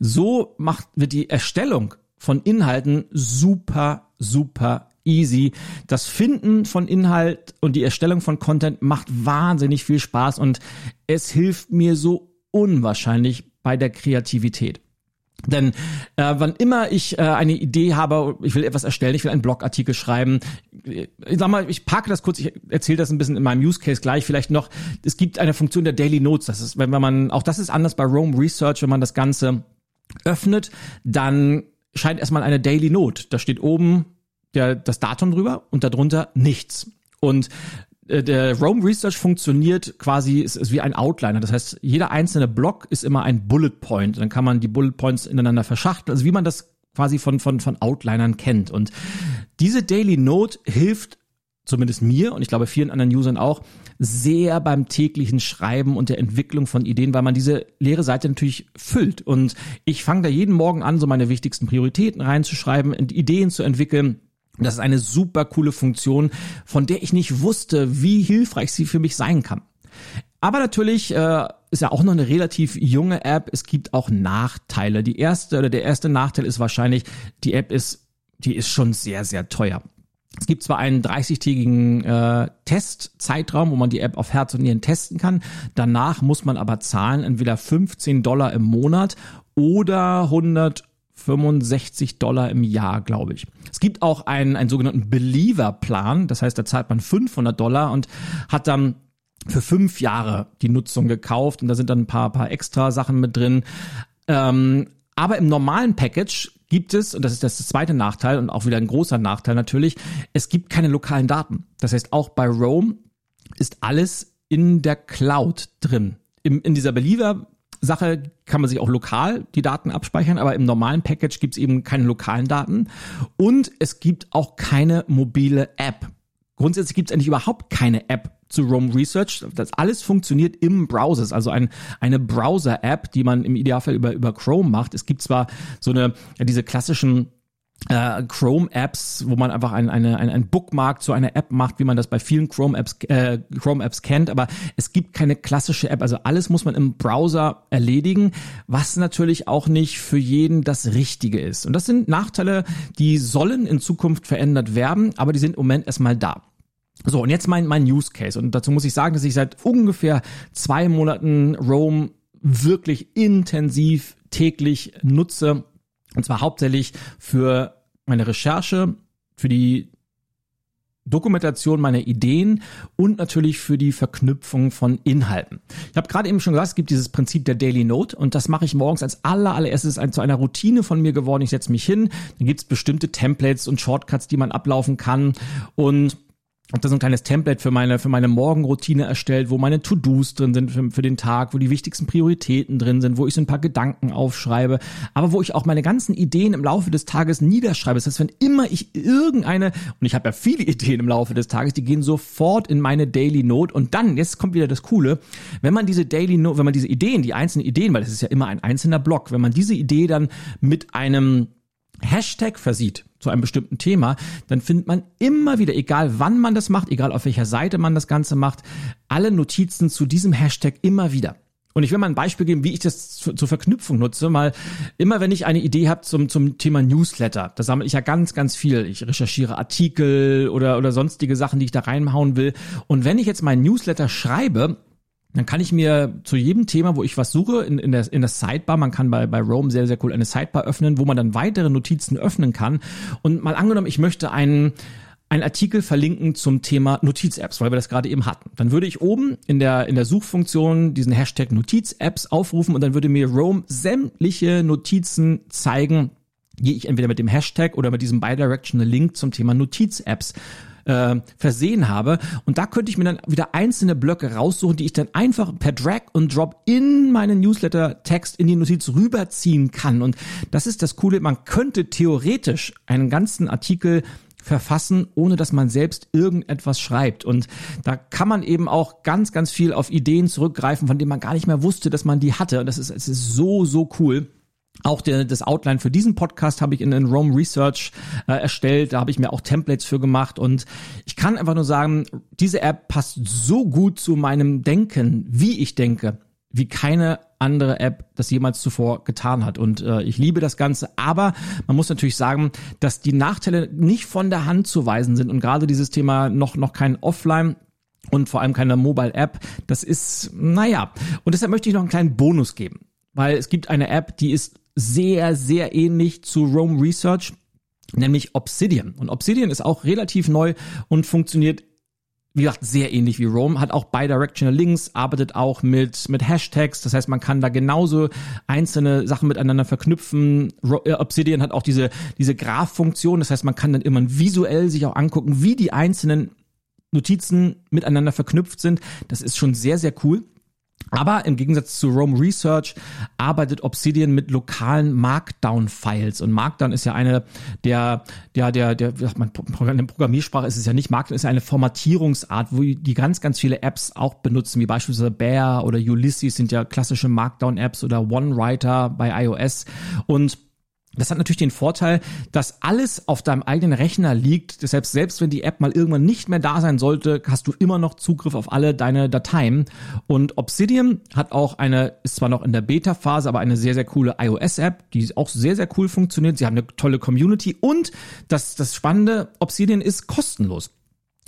so wird die Erstellung von Inhalten super, super easy. Das Finden von Inhalt und die Erstellung von Content macht wahnsinnig viel Spaß und es hilft mir so unwahrscheinlich bei der Kreativität. Denn wann immer ich eine Idee habe, ich will etwas erstellen, ich will einen Blogartikel schreiben, ich sag mal, ich parke das kurz, ich erzähle das ein bisschen in meinem Use Case gleich, vielleicht noch, es gibt eine Funktion der Daily Notes, das ist, wenn man, auch das ist anders bei Roam Research, wenn man das Ganze öffnet, dann scheint erstmal eine Daily Note, da steht oben das Datum drüber und darunter nichts. Und der Roam Research funktioniert quasi, ist wie ein Outliner. Das heißt, jeder einzelne Block ist immer ein Bullet Point. Dann kann man die Bullet Points ineinander verschachteln. Also wie man das quasi von Outlinern kennt. Und diese Daily Note hilft zumindest mir und ich glaube vielen anderen Usern auch sehr beim täglichen Schreiben und der Entwicklung von Ideen, weil man diese leere Seite natürlich füllt. Und ich fange da jeden Morgen an, so meine wichtigsten Prioritäten reinzuschreiben, Ideen zu entwickeln. Das ist eine super coole Funktion, von der ich nicht wusste, wie hilfreich sie für mich sein kann. Aber natürlich ist ja auch noch eine relativ junge App. Es gibt auch Nachteile. Der erste Nachteil ist wahrscheinlich, die ist schon sehr, sehr teuer. Es gibt zwar einen 30-tägigen Testzeitraum, wo man die App auf Herz und Nieren testen kann. Danach muss man aber zahlen, entweder $15 im Monat oder $150 $65 im Jahr, glaube ich. Es gibt auch einen sogenannten Believer-Plan, das heißt, da zahlt man $500 und hat dann für 5 Jahre die Nutzung gekauft und da sind dann ein paar extra Sachen mit drin. Aber im normalen Package gibt es, und das ist das zweite Nachteil und auch wieder ein großer Nachteil natürlich, es gibt keine lokalen Daten. Das heißt, auch bei Roam ist alles in der Cloud drin. In dieser Believer-Sache kann man sich auch lokal die Daten abspeichern, aber im normalen Package gibt es eben keine lokalen Daten und es gibt auch keine mobile App. Grundsätzlich gibt es eigentlich überhaupt keine App zu Roam Research. Das alles funktioniert im Browser, also eine Browser-App, die man im Idealfall über Chrome macht. Es gibt zwar diese klassischen Chrome-Apps, wo man einfach ein Bookmark zu einer App macht, wie man das bei vielen Chrome-Apps kennt, aber es gibt keine klassische App. Also alles muss man im Browser erledigen, was natürlich auch nicht für jeden das Richtige ist. Und das sind Nachteile, die sollen in Zukunft verändert werden, aber die sind im Moment erstmal da. So, und jetzt mein Use Case. Und dazu muss ich sagen, dass ich seit ungefähr 2 Monaten Roam wirklich intensiv täglich nutze. Und zwar hauptsächlich für meine Recherche, für die Dokumentation meiner Ideen und natürlich für die Verknüpfung von Inhalten. Ich habe gerade eben schon gesagt, es gibt dieses Prinzip der Daily Note und das mache ich morgens als allererstes zu einer Routine von mir geworden. Ich setze mich hin, dann gibt es bestimmte Templates und Shortcuts, die man ablaufen kann und habe da so ein kleines Template für meine Morgenroutine erstellt, wo meine To-Dos drin sind für den Tag, wo die wichtigsten Prioritäten drin sind, wo ich so ein paar Gedanken aufschreibe, aber wo ich auch meine ganzen Ideen im Laufe des Tages niederschreibe. Das heißt, wenn immer ich und ich habe ja viele Ideen im Laufe des Tages, die gehen sofort in meine Daily Note und dann, jetzt kommt wieder das Coole, wenn man diese Daily Note, wenn man diese Ideen, die einzelnen Ideen, weil das ist ja immer ein einzelner Block, wenn man diese Idee dann mit einem Hashtag versieht zu einem bestimmten Thema, dann findet man immer wieder, egal wann man das macht, egal auf welcher Seite man das Ganze macht, alle Notizen zu diesem Hashtag immer wieder. Und ich will mal ein Beispiel geben, wie ich das zur Verknüpfung nutze. Immer wenn ich eine Idee habe zum Thema Newsletter, da sammle ich ja ganz, ganz viel. Ich recherchiere Artikel oder sonstige Sachen, die ich da reinhauen will. Und wenn ich jetzt meinen Newsletter schreibe, dann kann ich mir zu jedem Thema, wo ich was suche, in der Sidebar, man kann bei Roam sehr, sehr cool eine Sidebar öffnen, wo man dann weitere Notizen öffnen kann. Und mal angenommen, ich möchte einen Artikel verlinken zum Thema Notiz-Apps, weil wir das gerade eben hatten. Dann würde ich oben in der Suchfunktion diesen Hashtag Notiz-Apps aufrufen und dann würde mir Roam sämtliche Notizen zeigen, die ich entweder mit dem Hashtag oder mit diesem Bidirectional Link zum Thema Notiz-Apps versehen habe. Und da könnte ich mir dann wieder einzelne Blöcke raussuchen, die ich dann einfach per Drag und Drop in meinen Newsletter-Text in die Notiz rüberziehen kann. Und das ist das Coole, man könnte theoretisch einen ganzen Artikel verfassen, ohne dass man selbst irgendetwas schreibt. Und da kann man eben auch ganz, ganz viel auf Ideen zurückgreifen, von denen man gar nicht mehr wusste, dass man die hatte. Und es ist so, so cool. Auch das Outline für diesen Podcast habe ich in Roam Research erstellt. Da habe ich mir auch Templates für gemacht. Und ich kann einfach nur sagen, diese App passt so gut zu meinem Denken, wie ich denke, wie keine andere App das jemals zuvor getan hat. Und ich liebe das Ganze. Aber man muss natürlich sagen, dass die Nachteile nicht von der Hand zu weisen sind. Und gerade dieses Thema noch kein Offline und vor allem keine Mobile-App, das ist, naja. Und deshalb möchte ich noch einen kleinen Bonus geben. Weil es gibt eine App, die ist sehr, sehr ähnlich zu Roam Research, nämlich Obsidian. Und Obsidian ist auch relativ neu und funktioniert, wie gesagt, sehr ähnlich wie Roam, hat auch bidirectional Links, arbeitet auch mit Hashtags, das heißt, man kann da genauso einzelne Sachen miteinander verknüpfen. Obsidian hat auch diese Graph-Funktion, das heißt, man kann dann immer visuell sich auch angucken, wie die einzelnen Notizen miteinander verknüpft sind. Das ist schon sehr, sehr cool. Aber im Gegensatz zu Roam Research arbeitet Obsidian mit lokalen Markdown-Files. Und Markdown ist ja eine der Programmiersprache ist es ja nicht. Markdown ist ja eine Formatierungsart, wo die ganz, ganz viele Apps auch benutzen, wie beispielsweise Bear oder Ulysses sind ja klassische Markdown-Apps oder OneWriter bei iOS. Und das hat natürlich den Vorteil, dass alles auf deinem eigenen Rechner liegt. Deshalb, selbst wenn die App mal irgendwann nicht mehr da sein sollte, hast du immer noch Zugriff auf alle deine Dateien. Und Obsidian ist zwar noch in der Beta-Phase, aber eine sehr, sehr coole iOS-App, die auch sehr, sehr cool funktioniert. Sie haben eine tolle Community und das Spannende, Obsidian ist kostenlos.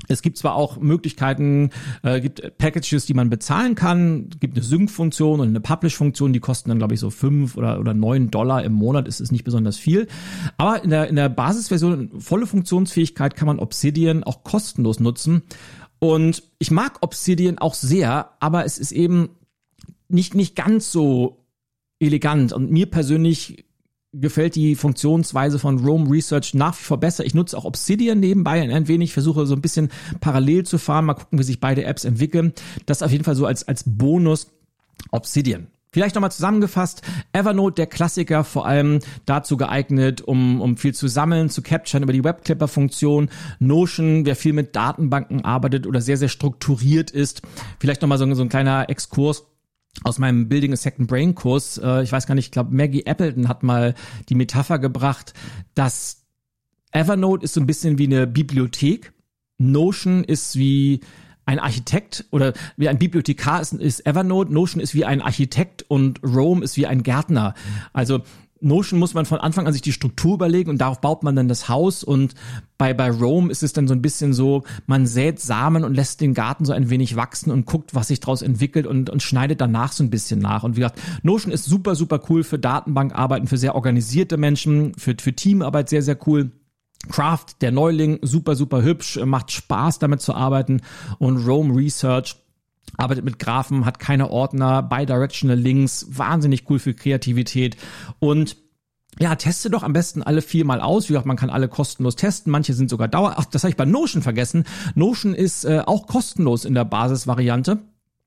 Es gibt zwar auch Möglichkeiten, gibt Packages, die man bezahlen kann, gibt eine Sync-Funktion und eine Publish-Funktion, die kosten dann, glaube ich, so $5 oder $9 im Monat, ist nicht besonders viel. Aber in der Basisversion, volle Funktionsfähigkeit, kann man Obsidian auch kostenlos nutzen. Und ich mag Obsidian auch sehr, aber es ist eben nicht ganz so elegant. Und mir persönlich gefällt die Funktionsweise von Roam Research nach wie vor besser. Ich nutze auch Obsidian nebenbei ein wenig, versuche so ein bisschen parallel zu fahren, mal gucken, wie sich beide Apps entwickeln. Das auf jeden Fall so als Bonus Obsidian. Vielleicht nochmal zusammengefasst, Evernote, der Klassiker, vor allem dazu geeignet, um viel zu sammeln, zu capturen über die Webclipper-Funktion. Notion, wer viel mit Datenbanken arbeitet oder sehr, sehr strukturiert ist. Vielleicht nochmal so ein kleiner Exkurs aus meinem Building a Second Brain Kurs. Ich weiß gar nicht, ich glaube Maggie Appleton hat mal die Metapher gebracht, dass Evernote ist so ein bisschen wie eine Bibliothek. Notion ist wie ein Architekt oder wie ein Bibliothekar ist Evernote. Notion ist wie ein Architekt und Roam ist wie ein Gärtner. Also Notion muss man von Anfang an sich die Struktur überlegen und darauf baut man dann das Haus, und bei Roam ist es dann so ein bisschen so, man sät Samen und lässt den Garten so ein wenig wachsen und guckt, was sich daraus entwickelt und schneidet danach so ein bisschen nach. Und wie gesagt, Notion ist super, super cool für Datenbankarbeiten, für sehr organisierte Menschen, für Teamarbeit sehr, sehr cool. Craft, der Neuling, super, super hübsch, macht Spaß damit zu arbeiten, und Roam Research arbeitet mit Graphen, hat keine Ordner, bidirectional Links, wahnsinnig cool für Kreativität. Und ja, teste doch am besten alle 4 mal aus. Wie gesagt, man kann alle kostenlos testen, manche sind sogar Ach, das habe ich bei Notion vergessen. Notion ist auch kostenlos in der Basisvariante.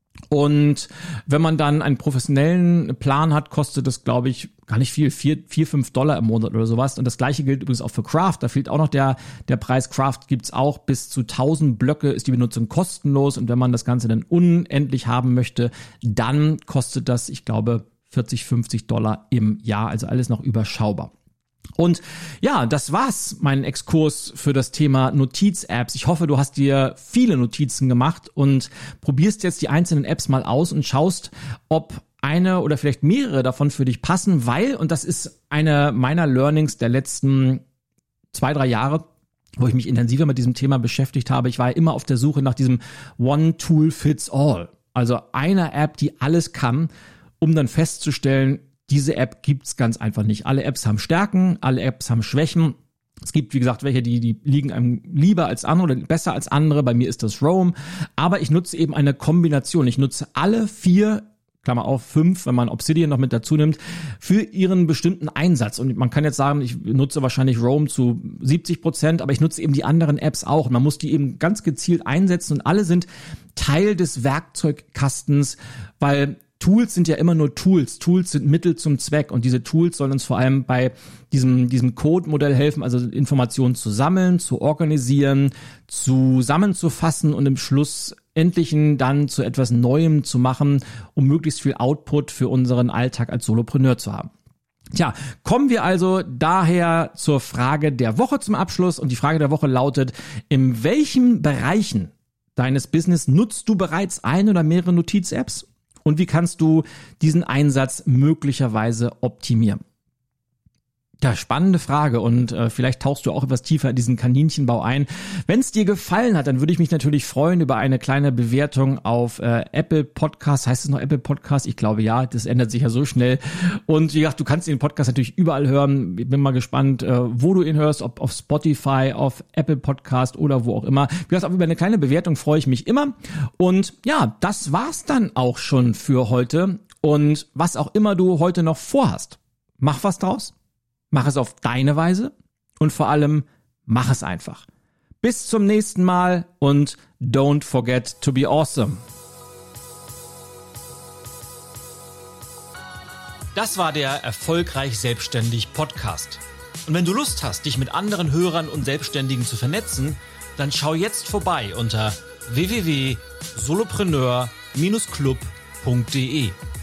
Und wenn man dann einen professionellen Plan hat, kostet das, glaube ich, gar nicht viel, $4-5 im Monat oder sowas. Und das gleiche gilt übrigens auch für Craft. Da fehlt auch noch der Preis. Craft gibt's auch. Bis zu 1000 Blöcke ist die Benutzung kostenlos. Und wenn man das Ganze dann unendlich haben möchte, dann kostet das, ich glaube, $40-50 im Jahr. Also alles noch überschaubar. Und ja, das war's, mein Exkurs für das Thema Notiz-Apps. Ich hoffe, du hast dir viele Notizen gemacht und probierst jetzt die einzelnen Apps mal aus und schaust, ob eine oder vielleicht mehrere davon für dich passen, weil, und das ist eine meiner Learnings der letzten 2-3 Jahre, wo ich mich intensiver mit diesem Thema beschäftigt habe. Ich war ja immer auf der Suche nach diesem One-Tool-Fits-All. Also einer App, die alles kann, um dann festzustellen, diese App gibt's ganz einfach nicht. Alle Apps haben Stärken, alle Apps haben Schwächen. Es gibt, wie gesagt, welche, die liegen einem lieber als andere oder besser als andere. Bei mir ist das Roam. Aber ich nutze eben eine Kombination. Ich nutze alle 4, Klammer auf 5, wenn man Obsidian noch mit dazu nimmt, für ihren bestimmten Einsatz. Und man kann jetzt sagen, ich nutze wahrscheinlich Roam zu 70%, aber ich nutze eben die anderen Apps auch. Und man muss die eben ganz gezielt einsetzen und alle sind Teil des Werkzeugkastens, weil Tools sind ja immer nur Tools. Tools sind Mittel zum Zweck, und diese Tools sollen uns vor allem bei diesem Code-Modell helfen, also Informationen zu sammeln, zu organisieren, zusammenzufassen und im Schluss endlichen dann zu etwas Neuem zu machen, um möglichst viel Output für unseren Alltag als Solopreneur zu haben. Tja, kommen wir also daher zur Frage der Woche zum Abschluss, und die Frage der Woche lautet: In welchen Bereichen deines Business nutzt du bereits ein oder mehrere Notiz-Apps? Und wie kannst du diesen Einsatz möglicherweise optimieren? Ja, spannende Frage, und vielleicht tauchst du auch etwas tiefer in diesen Kaninchenbau ein. Wenn es dir gefallen hat, dann würde ich mich natürlich freuen über eine kleine Bewertung auf Apple Podcast. Heißt es noch Apple Podcast? Ich glaube ja, das ändert sich ja so schnell. Und wie gesagt, du kannst den Podcast natürlich überall hören. Ich bin mal gespannt, wo du ihn hörst, ob auf Spotify, auf Apple Podcast oder wo auch immer. Wie gesagt, auch über eine kleine Bewertung freue ich mich immer. Und ja, das war's dann auch schon für heute. Und was auch immer du heute noch vorhast, mach was draus. Mach es auf deine Weise und vor allem mach es einfach. Bis zum nächsten Mal und don't forget to be awesome. Das war der Erfolgreich Selbstständig Podcast. Und wenn du Lust hast, dich mit anderen Hörern und Selbstständigen zu vernetzen, dann schau jetzt vorbei unter www.solopreneur-club.de.